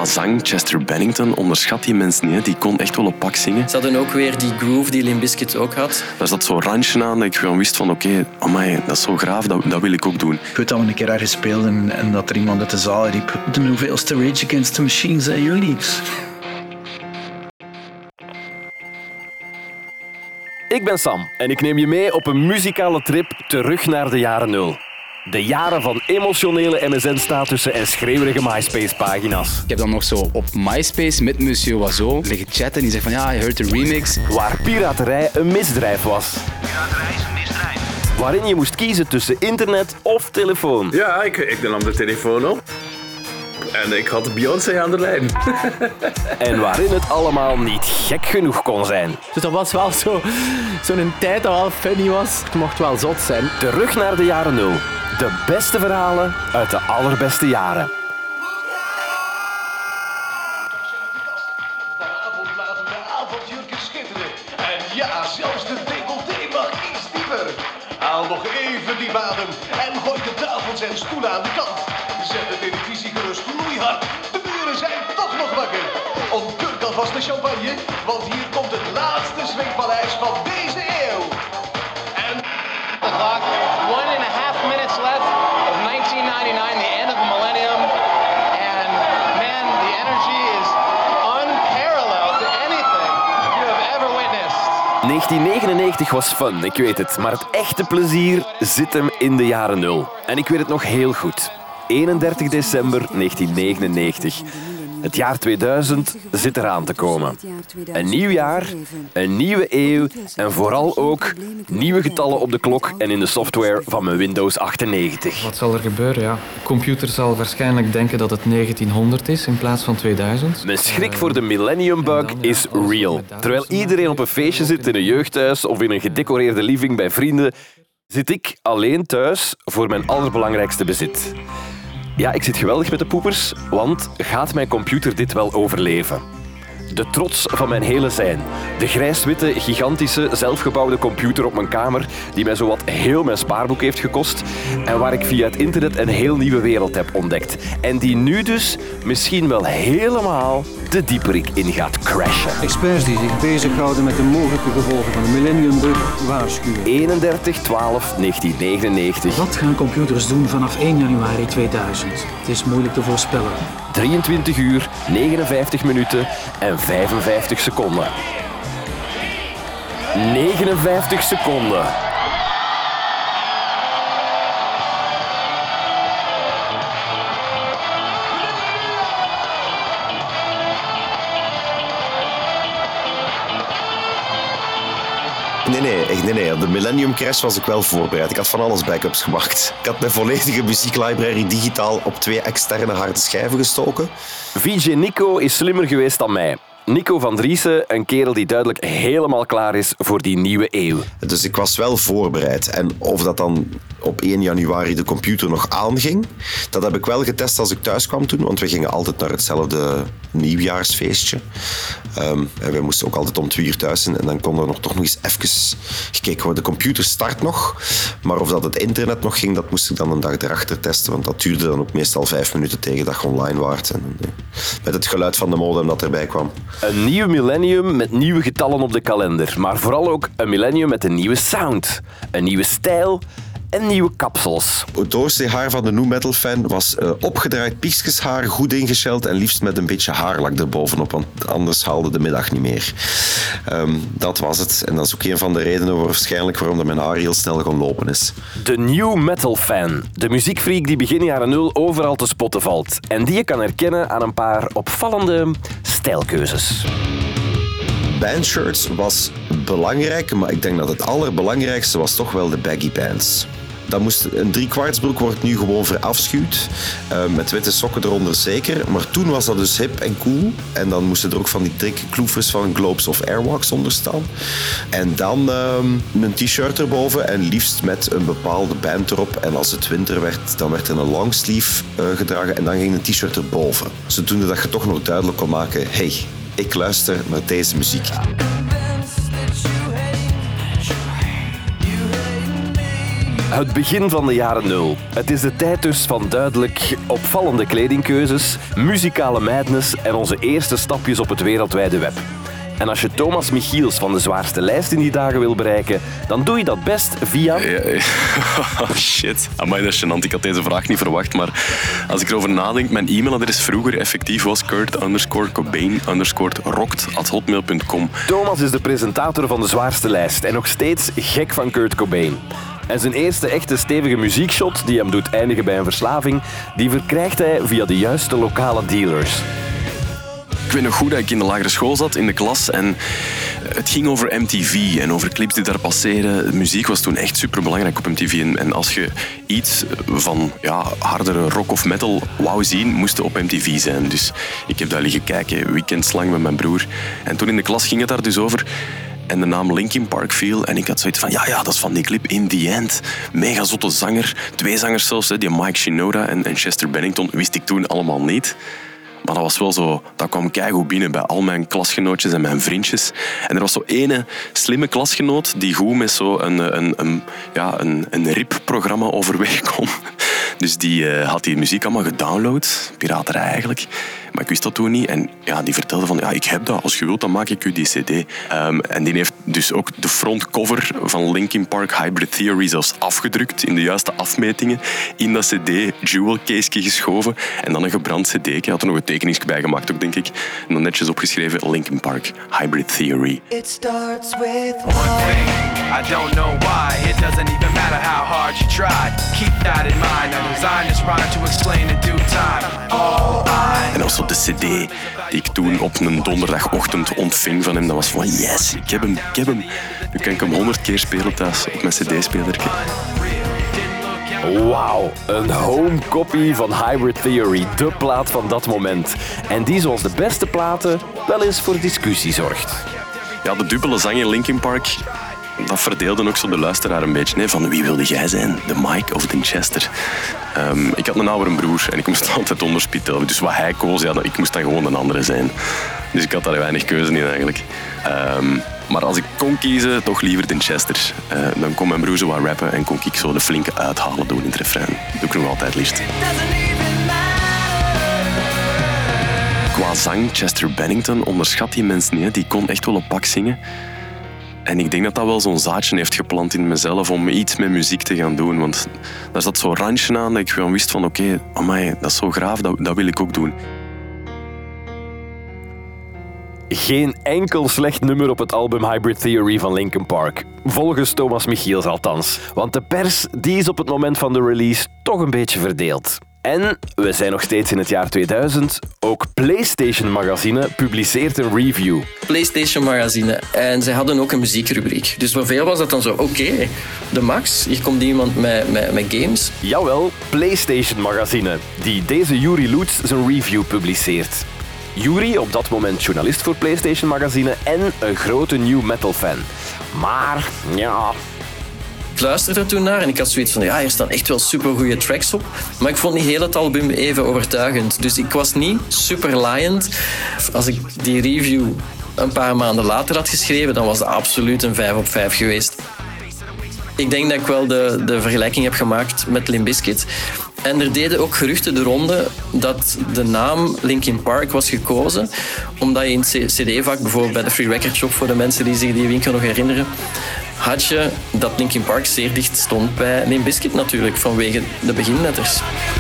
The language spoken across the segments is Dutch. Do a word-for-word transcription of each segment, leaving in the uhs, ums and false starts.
qua zang, Chester Bennington, onderschat die mensen niet. Hè. Die kon echt wel op pak zingen. Ze hadden ook weer die groove die Limp Bizkit ook had. Daar zat zo'n randje aan dat ik gewoon wist van oké, okay, amai, dat is zo graaf, dat, dat wil ik ook doen. Ik weet dat we een keer ergens speelden en dat er iemand uit de zaal riep: de hoeveelste Rage Against the Machine zijn jullie? Ik ben Sam en ik neem je mee op een muzikale trip terug naar de jaren nul. De jaren van emotionele M S N-statussen en schreeuwerige MySpace-pagina's. Ik heb dan nog zo op MySpace met Monsieur Oiseau liggen chatten. Die zegt van ja, je hoort de remix. Waar piraterij een misdrijf was. Piraterij is een misdrijf. Waarin je moest kiezen tussen internet of telefoon. Ja, ik, ik nam de telefoon op. En ik had Beyoncé aan de lijn. En waarin het allemaal niet gek genoeg kon zijn. Dus dat was wel zo, zo'n tijd dat wel funny was. Het mocht wel zot zijn. Terug naar de jaren nul. De beste verhalen uit de allerbeste jaren. Vanavond laten de avondjurken schitteren. En ja, zelfs de decolleté mag iets dieper. Haal nog even die adem en gooi de tafels en stoelen aan de kant. Zet de televisie gerust gloeihard. De buren zijn toch nog wakker. Ontkurk alvast de champagne, want hier komt het laatste swingpaleis van deze eeuw. En... The clock, one and a half minutes left of nineteen ninety-nine, the end of the millennium. And man, the energy is unparalleled to anything you have ever witnessed. negentien negenennegentig was fun, ik weet het. Maar het echte plezier zit hem in de jaren nul. En ik weet het nog heel goed. eenendertig december negentien negenennegentig. Het jaar tweeduizend zit eraan te komen. Een nieuw jaar, een nieuwe eeuw en vooral ook nieuwe getallen op de klok en in de software van mijn Windows achtennegentig. Wat zal er gebeuren? Ja. De computer zal waarschijnlijk denken dat het negentienhonderd is in plaats van tweeduizend. Mijn schrik voor de Millennium Bug is real. Terwijl iedereen op een feestje zit in een jeugdhuis of in een gedecoreerde living bij vrienden, zit ik alleen thuis voor mijn allerbelangrijkste bezit. Ja, ik zit geweldig met de poepers, want gaat mijn computer dit wel overleven? De trots van mijn hele zijn. De grijs-witte, gigantische, zelfgebouwde computer op mijn kamer die mij zowat heel mijn spaarboek heeft gekost en waar ik via het internet een heel nieuwe wereld heb ontdekt. En die nu dus misschien wel helemaal de dieperik in gaat crashen. Experts die zich bezighouden met de mogelijke gevolgen van de Millenniumbug waarschuwen. eenendertig twaalf negentien negenennegentig. Wat gaan computers doen vanaf één januari tweeduizend? Het is moeilijk te voorspellen. drieëntwintig uur, negenenvijftig minuten en vijfenvijftig seconden. negenenvijftig seconden. Nee, nee, echt, nee, nee. Op de Millennium Crash was ik wel voorbereid. Ik had van alles backups gemaakt. Ik had mijn volledige muzieklibrary digitaal op twee externe harde schijven gestoken. V J Nico is slimmer geweest dan mij. Nico van Driessen, een kerel die duidelijk helemaal klaar is voor die nieuwe eeuw. Dus ik was wel voorbereid. En of dat dan op één januari de computer nog aanging, dat heb ik wel getest als ik thuis kwam toen, want we gingen altijd naar hetzelfde nieuwjaarsfeestje. Um, en wij moesten ook altijd om twee uur thuis zijn en dan kon er nog, toch nog eens even gekeken worden. De computer start nog, maar of dat het internet nog ging, dat moest ik dan een dag erachter testen, want dat duurde dan ook meestal vijf minuten tegen dat je online waart. En, uh, met het geluid van de modem dat erbij kwam. Een nieuw millennium met nieuwe getallen op de kalender, maar vooral ook een millennium met een nieuwe sound, een nieuwe stijl en nieuwe kapsels. Het doorsnee haar van de nu metal fan was uh, opgedraaid piekjeshaar, goed ingesheld en liefst met een beetje haarlak erbovenop, want anders haalde de middag niet meer. Um, dat was het. En dat is ook een van de redenen waarschijnlijk waarom dat mijn haar heel snel gaan lopen is. De new metal fan. De muziekfreak die begin jaren nul overal te spotten valt. En die je kan herkennen aan een paar opvallende stijlkeuzes. Bandshirts was belangrijk, maar ik denk dat het allerbelangrijkste was toch wel de baggy pants. Dat moest, een driekwartsbroek wordt nu gewoon verafschuwd, uh, met witte sokken eronder zeker. Maar toen was dat dus hip en cool. En dan moesten er ook van die dikke kloefers van Globes of Airwalks onder staan. En dan um, een t-shirt erboven en liefst met een bepaalde band erop. En als het winter werd, dan werd er een longsleeve uh, gedragen en dan ging een t-shirt erboven. Zodoende dat je toch nog duidelijk kon maken, hey, ik luister naar deze muziek. Het begin van de jaren nul. Het is de tijd dus van duidelijk opvallende kledingkeuzes, muzikale madness en onze eerste stapjes op het wereldwijde web. En als je Thomas Michiels van de zwaarste lijst in die dagen wil bereiken, dan doe je dat best via... Ja, ja. Oh shit, amai, dat is gênant. Ik had deze vraag niet verwacht, maar als ik erover nadenk, mijn e-mailadres vroeger effectief was Kurt underscore Cobain underscore rocked at hotmail punt com. Thomas is de presentator van de zwaarste lijst en nog steeds gek van Kurt Cobain. En zijn eerste echte stevige muziekshot, die hem doet eindigen bij een verslaving, die verkrijgt hij via de juiste lokale dealers. Ik weet nog goed dat ik in de lagere school zat, in de klas, en het ging over M T V en over clips die daar passeren. De muziek was toen echt superbelangrijk op M T V. En, en als je iets van ja, hardere rock of metal wou zien, moest het op M T V zijn. Dus ik heb daar liggen kijken, weekendslang met mijn broer. En toen in de klas ging het daar dus over. En de naam Linkin Park viel en ik had zoiets van, ja, ja, dat is van die clip In The End. Mega zotte zanger, twee zangers zelfs, hè, die Mike Shinoda en, en Chester Bennington, wist ik toen allemaal niet. Maar dat was wel zo, dat kwam keigoed binnen bij al mijn klasgenootjes en mijn vriendjes. En er was zo ene slimme klasgenoot die goed met zo een, een, een, ja, een, een R I P-programma overweg kon. Dus die uh, had die muziek allemaal gedownload, piraterij eigenlijk. Maar ik wist dat toen niet. En ja, die vertelde van, ja, ik heb dat. Als je wilt, dan maak ik u die cd. Um, en die heeft dus ook de frontcover van Linkin Park Hybrid Theory zelfs afgedrukt in de juiste afmetingen. In dat cd jewel case geschoven. En dan een gebrand cd. Hij had er nog een tekeningsje bij gemaakt ook, denk ik. En dan netjes opgeschreven Linkin Park Hybrid Theory. It starts with one thing. I don't know why. It doesn't even matter how hard you try. Keep that in mind. I designed this rhyme to explain in due time. All I En also de cd die ik toen op een donderdagochtend ontving van hem, dat was van yes, ik heb hem, ik heb hem. Nu kan ik hem honderd keer spelen thuis op mijn cd-spelertje. Wauw, een home copy van Hybrid Theory, de plaat van dat moment. En die, zoals de beste platen, wel eens voor discussie zorgt. Ja, de dubbele zang in Linkin Park, dat verdeelde ook zo de luisteraar een beetje. Hè, van wie wilde jij zijn, de Mike of de Chester? Um, ik had een oudere broer en ik moest altijd onderspitelen. Dus wat hij koos, ja, ik moest dan gewoon een andere zijn. Dus ik had daar weinig keuze in eigenlijk. Um, maar als ik kon kiezen, toch liever de Chester. Uh, dan kon mijn broer zo wat rappen en kon ik zo de flinke uithalen doen in het refrein. Dat doe ik nog altijd liefst. Qua zang, Chester Bennington onderschat die mensen niet. Hè. Die kon echt wel een pak zingen. En ik denk dat dat wel zo'n zaadje heeft geplant in mezelf om iets met muziek te gaan doen. Want daar zat zo'n randje aan dat ik gewoon wist van oké, okay, amai, dat is zo graaf, dat, dat wil ik ook doen. Geen enkel slecht nummer op het album Hybrid Theory van Linkin Park. Volgens Thomas Michiels althans. Want de pers die is op het moment van de release toch een beetje verdeeld. En we zijn nog steeds in het jaar tweeduizend. Ook PlayStation Magazine publiceert een review. PlayStation Magazine. En zij hadden ook een muziekrubriek. Dus voor veel was dat dan zo, oké, okay, de max. Hier komt iemand met, met, met games. Jawel, PlayStation Magazine. Die deze Yuri Lutz zijn review publiceert. Yuri, op dat moment journalist voor PlayStation Magazine en een grote new metal fan. Maar, ja... Ik luisterde er toen naar en ik had zoiets van, ja, hier staan echt wel supergoeie tracks op. Maar ik vond niet heel het album even overtuigend. Dus ik was niet super laaiend. Als ik die review een paar maanden later had geschreven, dan was dat absoluut een vijf op vijf geweest. Ik denk dat ik wel de, de vergelijking heb gemaakt met Limp Bizkit. En er deden ook geruchten de ronde dat de naam Linkin Park was gekozen omdat je in het cd-vak, bijvoorbeeld bij de Free Record Shop, voor de mensen die zich die winkel nog herinneren, had je dat Linkin Park zeer dicht stond bij Limp Bizkit natuurlijk, vanwege de beginnetters.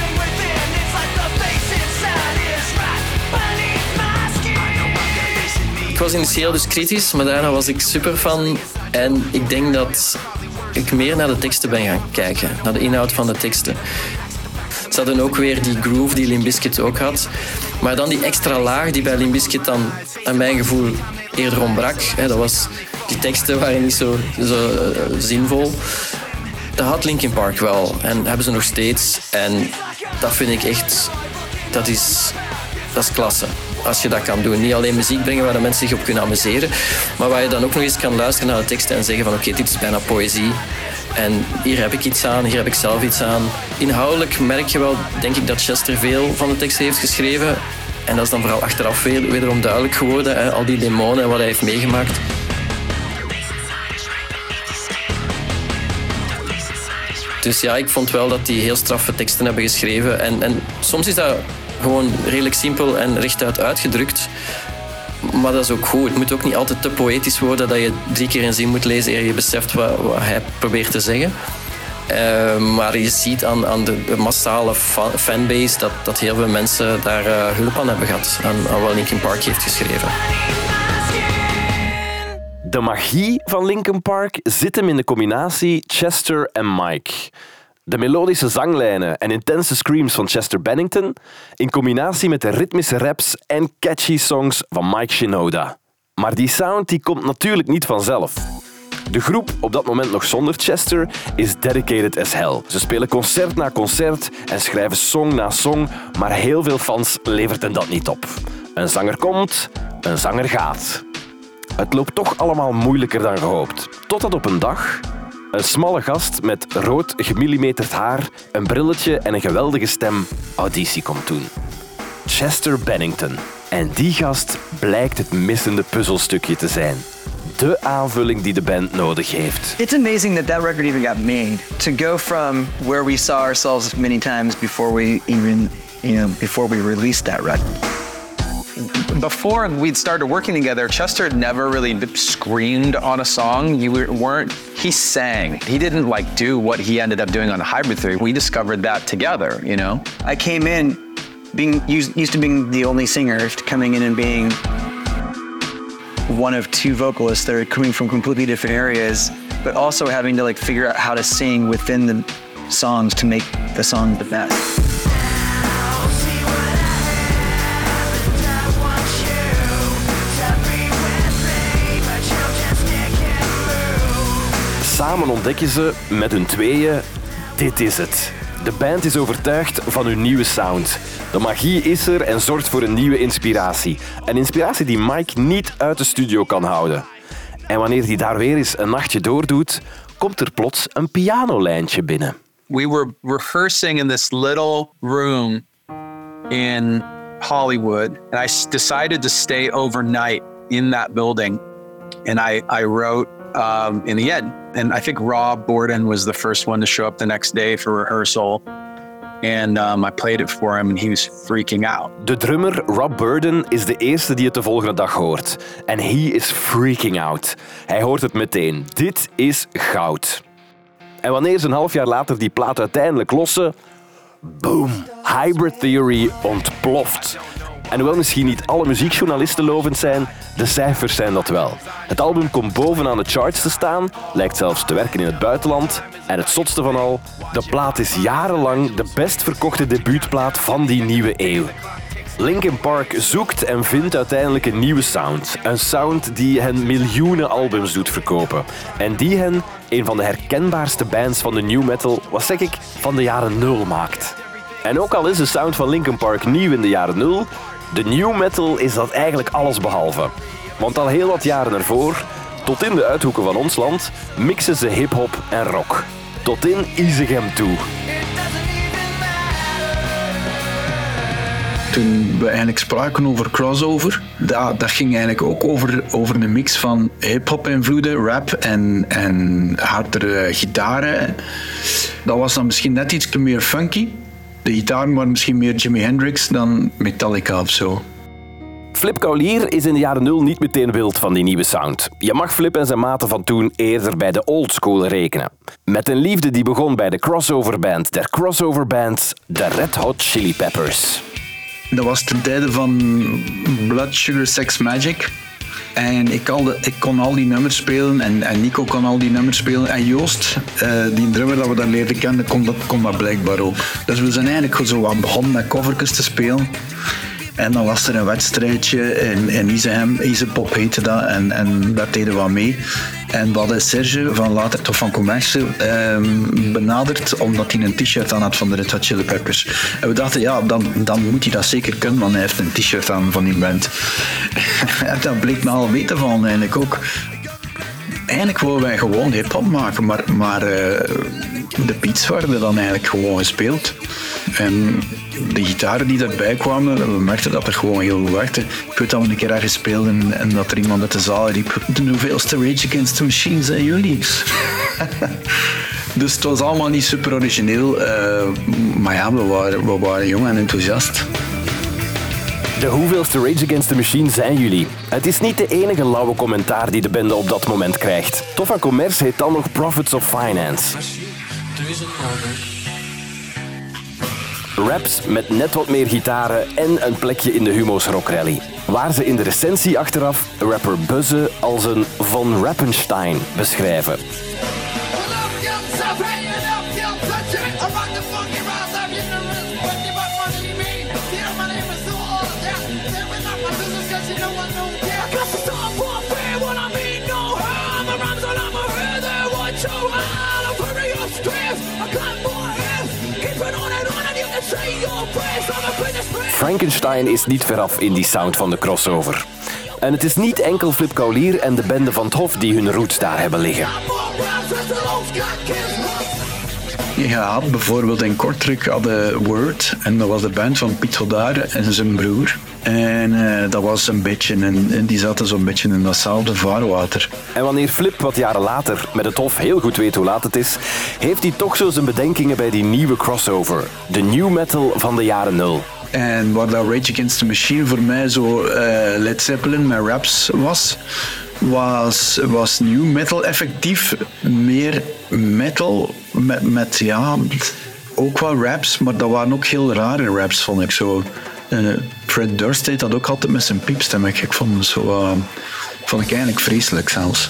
Ik was initieel dus kritisch, maar daarna was ik super fan. En ik denk dat ik meer naar de teksten ben gaan kijken, naar de inhoud van de teksten. Ze hadden ook weer die groove die Limp Bizkit ook had. Maar dan die extra laag die bij Limp Bizkit dan, aan mijn gevoel, eerder ontbrak. Dat was, die teksten waren niet zo, zo uh, zinvol. Dat had Linkin Park wel. En hebben ze nog steeds. En dat vind ik echt... Dat is, dat is klasse. Als je dat kan doen. Niet alleen muziek brengen waar de mensen zich op kunnen amuseren. Maar waar je dan ook nog eens kan luisteren naar de teksten en zeggen van oké, okay, dit is bijna poëzie. En hier heb ik iets aan, hier heb ik zelf iets aan. Inhoudelijk merk je wel, denk ik, dat Chester veel van de teksten heeft geschreven. En dat is dan vooral achteraf wederom duidelijk geworden. Hè? Al die demonen en wat hij heeft meegemaakt. Dus ja, ik vond wel dat die heel straffe teksten hebben geschreven. En, en soms is dat gewoon redelijk simpel en rechtuit uitgedrukt. Maar dat is ook goed. Het moet ook niet altijd te poëtisch worden dat je drie keer een zin moet lezen eer je beseft wat, wat hij probeert te zeggen. Uh, maar je ziet aan, aan de massale fa- fanbase dat, dat heel veel mensen daar uh, hulp aan hebben gehad. Aan, aan wat Linkin Park heeft geschreven. De magie van Linkin Park zit hem in de combinatie Chester en Mike. De melodische zanglijnen en intense screams van Chester Bennington in combinatie met de ritmische raps en catchy songs van Mike Shinoda. Maar die sound die komt natuurlijk niet vanzelf. De groep, op dat moment nog zonder Chester, is dedicated as hell. Ze spelen concert na concert en schrijven song na song, maar heel veel fans levert hen dat niet op. Een zanger komt, een zanger gaat. Het loopt toch allemaal moeilijker dan gehoopt. Totdat op een dag een smalle gast met rood gemillimeterd haar, een brilletje en een geweldige stem auditie komt doen. Chester Bennington. En die gast blijkt het missende puzzelstukje te zijn. De aanvulling die de band nodig heeft. It's amazing that that record even got made. To go from where we saw ourselves many times before we even, you know, before we released that record. Before we'd started working together, Chester had never really screamed on a song. You weren't. He sang. He didn't like do what he ended up doing on Hybrid Theory. We discovered that together, you know. I came in being used, used to being the only singer, coming in and being one of two vocalists that are coming from completely different areas, but also having to like figure out how to sing within the songs to make the song the best. Samen ontdekken ze met hun tweeën, dit is het. De band is overtuigd van hun nieuwe sound. De magie is er en zorgt voor een nieuwe inspiratie. Een inspiratie die Mike niet uit de studio kan houden. En wanneer hij daar weer eens een nachtje doordoet, komt er plots een pianolijntje binnen. We were rehearsing in this little room in Hollywood, and I decided to stay overnight in that building. And I, I wrote um, in the end. And I think Rob Borden was the first one to show up the next day for rehearsal. And um, I played it for him and he was freaking out. De drummer Rob Borden is de eerste die het de volgende dag hoort. En he is freaking out. Hij hoort het meteen. Dit is goud. En wanneer ze een half jaar later die plaat uiteindelijk lossen... Boom! Hybrid Theory ontploft. En hoewel misschien niet alle muziekjournalisten lovend zijn, de cijfers zijn dat wel. Het album komt bovenaan de charts te staan, lijkt zelfs te werken in het buitenland. En het zotste van al, de plaat is jarenlang de best verkochte debuutplaat van die nieuwe eeuw. Linkin Park zoekt en vindt uiteindelijk een nieuwe sound. Een sound die hen miljoenen albums doet verkopen. En die hen een van de herkenbaarste bands van de new metal, wat zeg ik, van de jaren nul maakt. En ook al is de sound van Linkin Park nieuw in de jaren nul, de new metal is dat eigenlijk allesbehalve. Want al heel wat jaren ervoor, tot in de uithoeken van ons land, mixen ze hip-hop en rock. Tot in Isegem toe. Toen we eigenlijk spraken over crossover, dat, dat ging eigenlijk ook over, over een mix van hip-hop invloeden, rap en, en hardere gitaren. Dat was dan misschien net iets meer funky. De gitaren waren misschien meer Jimi Hendrix dan Metallica of zo. Flip Kaulier is in de jaren nul niet meteen wild van die nieuwe sound. Je mag Flip en zijn maten van toen eerder bij de old school rekenen. Met een liefde die begon bij de crossoverband der crossoverbands, de Red Hot Chili Peppers. Dat was ten tijde van Blood Sugar Sex Magic. En ik, al de, ik kon al die nummers spelen en, en Nico kon al die nummers spelen. En Joost, uh, die drummer dat we daar leerden kennen, kon dat, kon dat blijkbaar ook. Dus we zijn eigenlijk zo aan begonnen met covertjes te spelen. En dan was er een wedstrijdje in, in Isegem, Isepop heette dat, en, en daar deden we aan mee. En we hadden Serge van later toch van Commerce um, benaderd, omdat hij een t-shirt aan had van de Red Hot Chili Peppers. En we dachten, ja, dan, dan moet hij dat zeker kunnen, want hij heeft een t-shirt aan van die band. En dat bleek me al weten van eigenlijk ook. Eigenlijk wilden wij gewoon hip-hop maken, maar, maar uh, de beats werden dan eigenlijk gewoon gespeeld. En de gitaren die daarbij kwamen, we merkten dat er gewoon heel goed werkte. Ik weet dat we een keer ergens speelden en dat er iemand uit de zaal riep: de hoeveelste Rage Against the Machine zijn jullie? Dus het was allemaal niet super origineel. Uh, maar ja, we waren, we waren jong en enthousiast. De hoeveelste Rage Against the Machine zijn jullie? Het is niet de enige lauwe commentaar die de bende op dat moment krijgt. Tof van Commerce heet dan nog Profits of Finance. Raps met net wat meer gitaren en een plekje in de Humo's Rock Rally. Waar ze in de recensie achteraf rapper Buzze als een Von Rappenstein beschrijven. Frankenstein is niet veraf in die sound van de crossover. En het is niet enkel Flip Kaulier en de bende van 't Hof die hun roots daar hebben liggen. Je had bijvoorbeeld in Kortrijk hadden Word en dat was de band van Piet Godard en zijn broer. En uh, dat was een beetje, en, en die zaten zo'n beetje in datzelfde vaarwater. En wanneer Flip wat jaren later met het Hof heel goed weet hoe laat het is, heeft hij toch zo zijn bedenkingen bij die nieuwe crossover. De new metal van de jaren nul. En waar dat Rage Against the Machine voor mij zo uh, Led Zeppelin met raps was, was, was new metal effectief meer metal met, met ja, ook wel raps, maar dat waren ook heel rare raps, vond ik zo. Uh, Fred Durst deed dat ook altijd met zijn piepstem. Ik vond het zo, uh, vond ik eigenlijk vreselijk zelfs.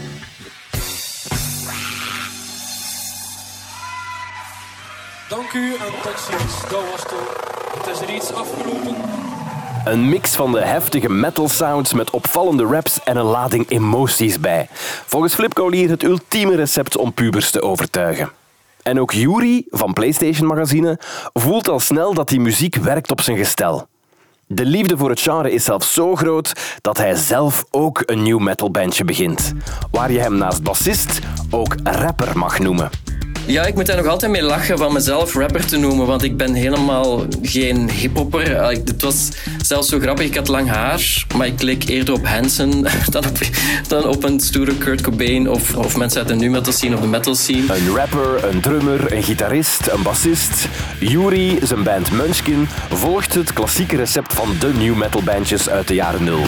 Dank u en tot ziens. Dat was het. Het is reeds afgelopen. Een mix van de heftige metal sounds met opvallende raps en een lading emoties bij. Volgens Flip Kaulier het ultieme recept om pubers te overtuigen. En ook Yuri van PlayStation Magazine voelt al snel dat die muziek werkt op zijn gestel. De liefde voor het genre is zelfs zo groot dat hij zelf ook een new metal bandje begint. Waar je hem naast bassist ook rapper mag noemen. Ja, ik moet daar nog altijd mee lachen van mezelf rapper te noemen, want ik ben helemaal geen hiphopper. Het was zelfs zo grappig, ik had lang haar, maar ik leek eerder op Hanson dan op, dan op een stoere Kurt Cobain of, of mensen uit de nu metal scene of de metal scene. Een rapper, een drummer, een gitarist, een bassist. Yuri, zijn band Munchkin, volgt het klassieke recept van de new metal bandjes uit de jaren nul.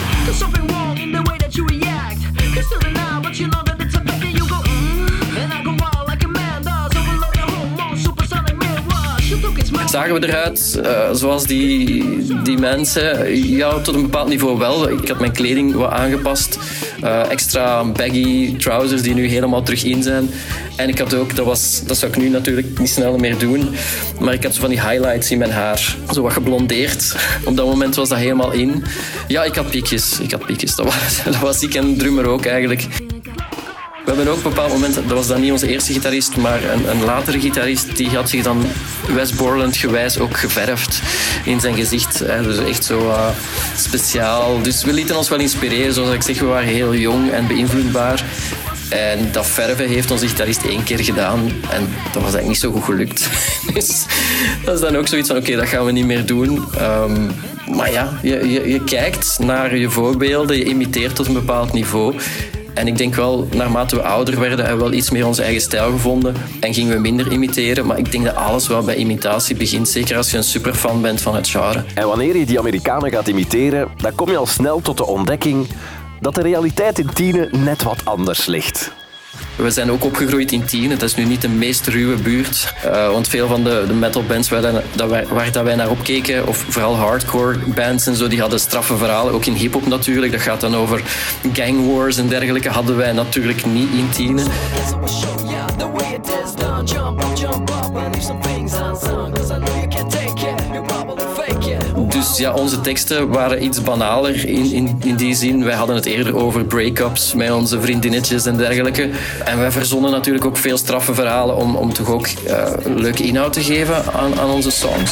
Zagen we eruit uh, zoals die, die mensen? Ja, tot een bepaald niveau wel. Ik had mijn kleding wat aangepast. Uh, extra baggy trousers die nu helemaal terug in zijn. En ik had ook, dat, was, dat zou ik nu natuurlijk niet snel meer doen, maar ik had zo van die highlights in mijn haar. Zo wat geblondeerd. Op dat moment was dat helemaal in. Ja, ik had piekjes. Ik had piekjes. Dat was, dat was ik en de drummer ook eigenlijk. We hebben ook op een bepaald moment, dat was dan niet onze eerste gitarist, maar een, een latere gitarist, die had zich dan Wes Borland gewijs ook geverfd in zijn gezicht. Hè. Dus echt zo uh, speciaal. Dus we lieten ons wel inspireren. Zoals ik zeg, we waren heel jong en beïnvloedbaar. En dat verven heeft onze gitarist één keer gedaan. En dat was eigenlijk niet zo goed gelukt. Dus dat is dan ook zoiets van, oké, okay, dat gaan we niet meer doen. Um, maar ja, je, je, je kijkt naar je voorbeelden, je imiteert tot een bepaald niveau. En ik denk wel, naarmate we ouder werden, hebben we wel iets meer onze eigen stijl gevonden. En gingen we minder imiteren. Maar ik denk dat alles wel bij imitatie begint. Zeker als je een superfan bent van het genre. En wanneer je die Amerikanen gaat imiteren, dan kom je al snel tot de ontdekking dat de realiteit in Tiene net wat anders ligt. We zijn ook opgegroeid in Tiene. Dat is nu niet de meest ruwe buurt. Uh, want veel van de, de metalbands waar, dat wij, waar dat wij naar opkeken, of vooral hardcore bands en zo, die hadden straffe verhalen. Ook in hiphop natuurlijk. Dat gaat dan over gang wars en dergelijke. Hadden wij natuurlijk niet in Tiene. Dus ja, onze teksten waren iets banaler in, in, in die zin. Wij hadden het eerder over break-ups met onze vriendinnetjes en dergelijke. En wij verzonnen natuurlijk ook veel straffe verhalen om, om toch ook uh, leuke inhoud te geven aan, aan onze songs.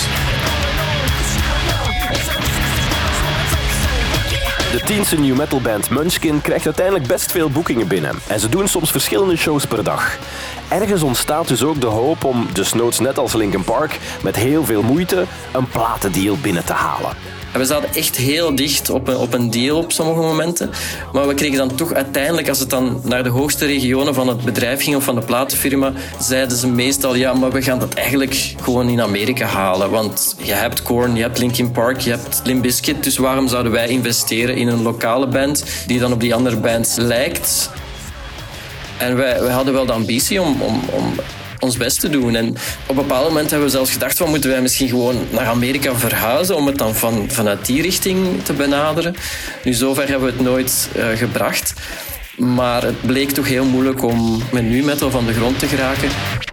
De Tiense new metal band Munchkin krijgt uiteindelijk best veel boekingen binnen. En ze doen soms verschillende shows per dag. Ergens ontstaat dus ook de hoop om, desnoods net als Linkin Park, met heel veel moeite een platendeal binnen te halen. We zaten echt heel dicht op een, op een deal op sommige momenten. Maar we kregen dan toch uiteindelijk, als het dan naar de hoogste regionen van het bedrijf ging of van de platenfirma, zeiden ze meestal, ja, maar we gaan dat eigenlijk gewoon in Amerika halen. Want je hebt Korn, je hebt Linkin Park, je hebt Limp Bizkit. Dus waarom zouden wij investeren in een lokale band die dan op die andere bands lijkt? En wij, wij hadden wel de ambitie om... om, om ons best te doen. En op een bepaald moment hebben we zelfs gedacht van moeten wij misschien gewoon naar Amerika verhuizen om het dan van, vanuit die richting te benaderen. Nu, zover hebben we het nooit uh, gebracht. Maar het bleek toch heel moeilijk om met nu metal van de grond te geraken.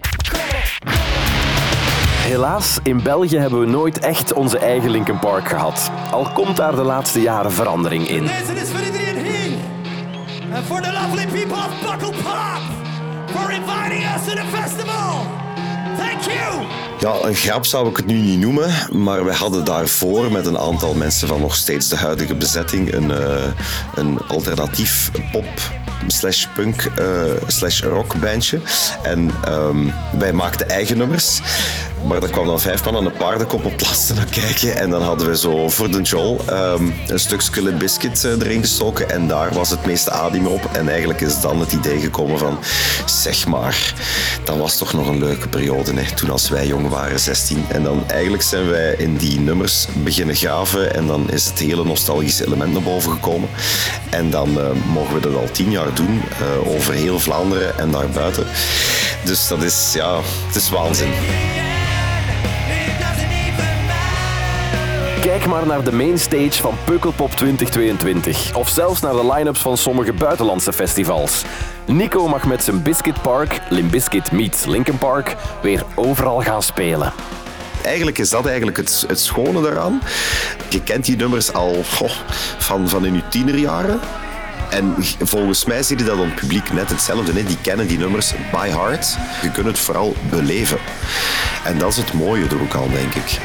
Helaas, in België hebben we nooit echt onze eigen Linkin Park gehad. Al komt daar de laatste jaren verandering in. Deze is voor iedereen hier. En voor de lovely people of Buckle Pop. For inviting us to the festival. Thank you. Ja, een grap zou ik het nu niet noemen, maar we hadden daarvoor met een aantal mensen van nog steeds de huidige bezetting een, uh, een alternatief pop slash punk uh, slash rock bandje. En um, wij maakten eigen nummers. Maar daar kwam dan vijf man aan een paardenkop op lasten naar kijken. En dan hadden we zo voor de Joel um, een stukje Limp Bizkit uh, erin gestoken. En daar was het meeste adem op. En eigenlijk is dan het idee gekomen van... Zeg maar, dat was toch nog een leuke periode, hè? Toen als wij jong waren, zestien. En dan eigenlijk zijn wij in die nummers beginnen graven. En dan is het hele nostalgische element naar boven gekomen. En dan uh, mogen we dat al tien jaar doen. Uh, over heel Vlaanderen en daarbuiten. Dus dat is, ja, het is waanzin. Kijk maar naar de mainstage van Pukkelpop twintig tweeëntwintig. Of zelfs naar de line-ups van sommige buitenlandse festivals. Nico mag met zijn Bizkit Park, Limp Bizkit meets Linkin Park, weer overal gaan spelen. Eigenlijk is dat eigenlijk het, het schone daaraan. Je kent die nummers al goh, van, van in je tienerjaren. En volgens mij zie je dat op het publiek net hetzelfde. Hè? Die kennen die nummers by heart. Je kunt het vooral beleven. En dat is het mooie er ook al, denk ik.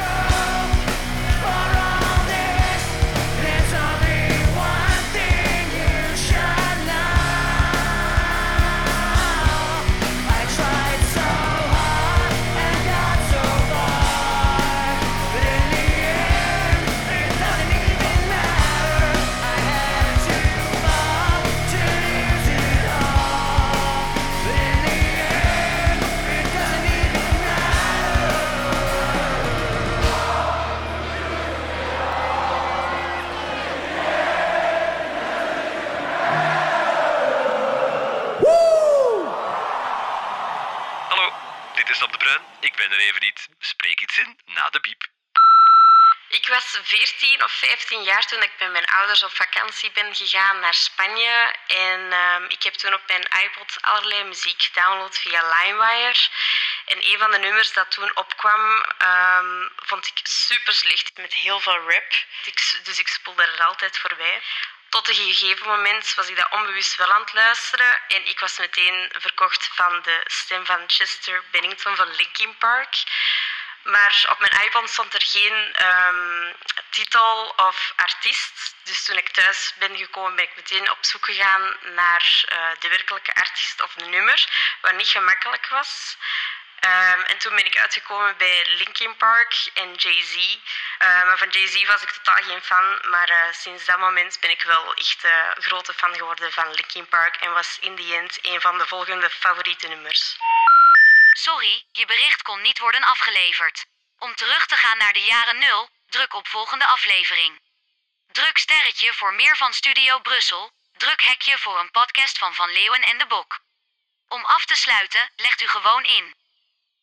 Ik was veertien of vijftien jaar toen ik met mijn ouders op vakantie ben gegaan naar Spanje. En um, ik heb toen op mijn iPod allerlei muziek gedownload via LimeWire. En een van de nummers dat toen opkwam, um, vond ik super slecht met heel veel rap. Dus ik spoelde er altijd voorbij. Tot een gegeven moment was ik dat onbewust wel aan het luisteren. En ik was meteen verkocht van de stem van Chester Bennington van Linkin Park. Maar op mijn iPod stond er geen um, titel of artiest. Dus toen ik thuis ben gekomen, ben ik meteen op zoek gegaan naar uh, de werkelijke artiest of een nummer, wat niet gemakkelijk was. Um, en toen ben ik uitgekomen bij Linkin Park en Jay-Z. Uh, maar van Jay-Z was ik totaal geen fan. Maar uh, sinds dat moment ben ik wel echt uh, grote fan geworden van Linkin Park. En was in the end een van de volgende favoriete nummers. Sorry, je bericht kon niet worden afgeleverd. Om terug te gaan naar de jaren nul, druk op volgende aflevering. Druk sterretje voor meer van Studio Brussel. Druk hekje voor een podcast van Van Leeuwen en de Bok. Om af te sluiten, legt u gewoon in.